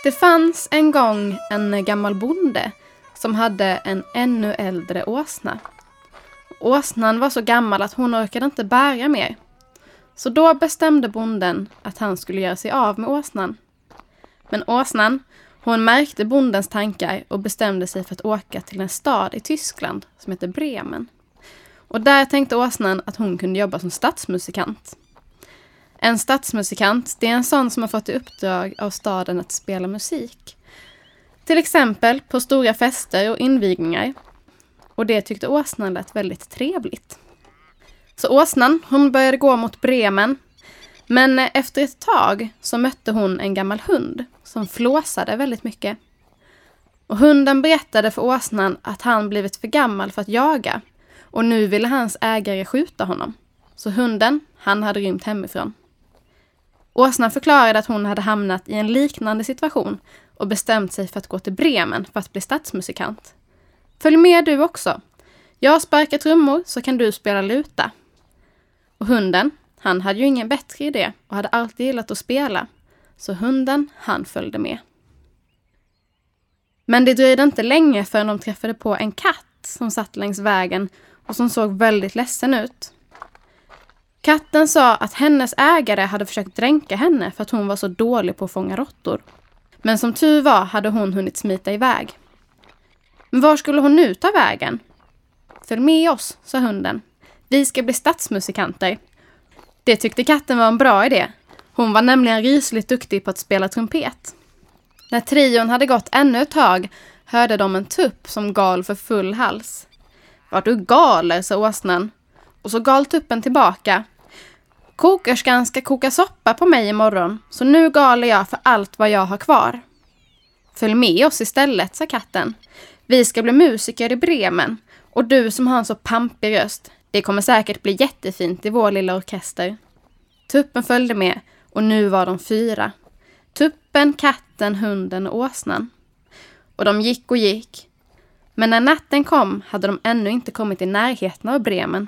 Det fanns en gång en gammal bonde som hade en ännu äldre åsna. Åsnan var så gammal att hon orkade inte bära mer. Så då bestämde bonden att han skulle göra sig av med åsnan. Men åsnan, hon märkte bondens tankar och bestämde sig för att åka till en stad i Tyskland som heter Bremen. Och där tänkte åsnan att hon kunde jobba som stadsmusikant. En stadsmusikant, det är en sån som har fått i uppdrag av staden att spela musik. Till exempel på stora fester och invigningar. Och det tyckte åsnan lät väldigt trevligt. Så åsnan, hon började gå mot Bremen. Men efter ett tag så mötte hon en gammal hund som flåsade väldigt mycket. Och hunden berättade för åsnan att han blivit för gammal för att jaga. Och nu ville hans ägare skjuta honom. Så hunden, han hade rymt hemifrån. Åsnan förklarade att hon hade hamnat i en liknande situation och bestämt sig för att gå till Bremen för att bli stadsmusikant. Följ med du också. Jag sparkar trummor så kan du spela luta. Och hunden, han hade ju ingen bättre idé och hade alltid gillat att spela. Så hunden, han följde med. Men det dröjde inte länge förrän de träffade på en katt som satt längs vägen och som såg väldigt ledsen ut. Katten sa att hennes ägare hade försökt dränka henne för att hon var så dålig på att fånga råttor. Men som tur var hade hon hunnit smita iväg. Men var skulle hon nu ta vägen? Följ med oss, sa hunden. Vi ska bli stadsmusikanter. Det tyckte katten var en bra idé. Hon var nämligen rysligt duktig på att spela trumpet. När trion hade gått ännu ett tag hörde de en tupp som gal för full hals. Vart du galer, sa åsnan. Och så gal tuppen tillbaka. Kokerskan ska koka soppa på mig imorgon, så nu galer jag för allt vad jag har kvar. Följ med oss istället, sa katten. Vi ska bli musiker i Bremen. Och du som har en så pampig röst, det kommer säkert bli jättefint i vår lilla orkester. Tuppen följde med och nu var de 4. Tuppen, katten, hunden och åsnan. Och de gick och gick. Men när natten kom hade de ännu inte kommit i närheten av Bremen.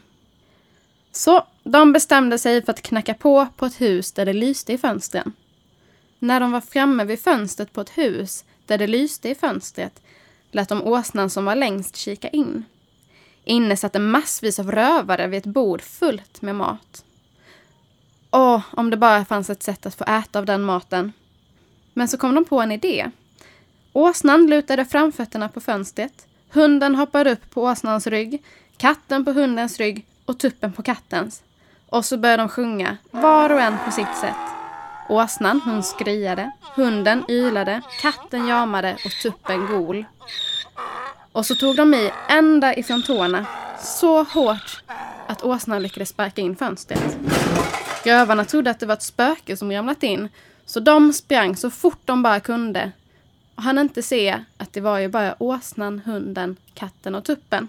Så de bestämde sig för att knacka på ett hus där det lyste i fönstren. När de var framme vid fönstret på ett hus där det lyste i fönstret lät de åsnan som var längst kika in. Inne satt en massvis av rövare vid ett bord fullt med mat. Om det bara fanns ett sätt att få äta av den maten. Men så kom de på en idé. Åsnan lutade framfötterna på fönstret. Hunden hoppade upp på åsnans rygg. Katten på hundens rygg och tuppen på kattens. Och så började de sjunga, var och en på sitt sätt. Åsnan, hon skriade. Hunden ylade. Katten jamade och tuppen gol. Och så tog de i ända ifrån tårna. Så hårt att åsnan lyckades sparka in fönstret. Rövarna trodde att det var ett spöke som ramlat in. Så de sprang så fort de bara kunde. Och hann inte se att det var ju bara åsnan, hunden, katten och tuppen.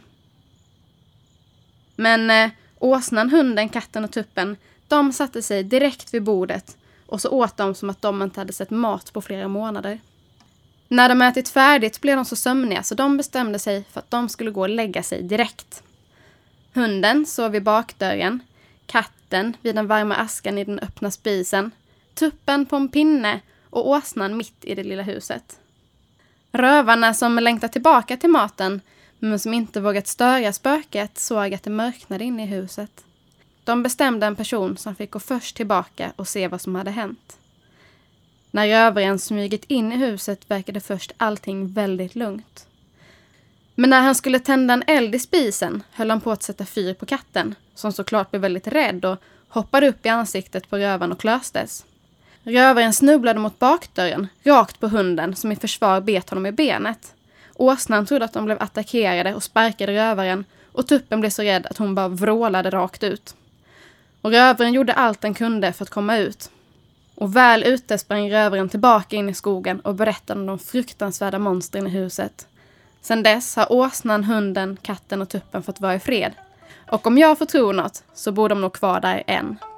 Men åsnan, hunden, katten och tuppen, de satte sig direkt vid bordet. Och så åt de som att de inte hade sett mat på flera månader. När de ätit färdigt blev de så sömniga så de bestämde sig för att de skulle gå och lägga sig direkt. Hunden sov vid bakdörren, katten vid den varma askan i den öppna spisen, tuppen på en pinne och åsnan mitt i det lilla huset. Rövarna som längtade tillbaka till maten men som inte vågat störa spöket såg att det mörknade inne i huset. De bestämde en person som fick gå först tillbaka och se vad som hade hänt. När rövaren smugit in i huset verkade först allting väldigt lugnt. Men när han skulle tända en eld i spisen höll han på att sätta fyr på katten, som såklart blev väldigt rädd och hoppade upp i ansiktet på rövaren och klöstes. Rövaren snubblade mot bakdörren, rakt på hunden som i försvar bet honom i benet. Åsnan trodde att de blev attackerade och sparkade rövaren och tuppen blev så rädd att hon bara vrålade rakt ut. Och rövaren gjorde allt den kunde för att komma ut. Och väl ute sprang rövaren tillbaka in i skogen och berättade om de fruktansvärda monstren i huset. Sen dess har åsnan, hunden, katten och tuppen fått vara i fred. Och om jag får tro något så bor de nog kvar där än.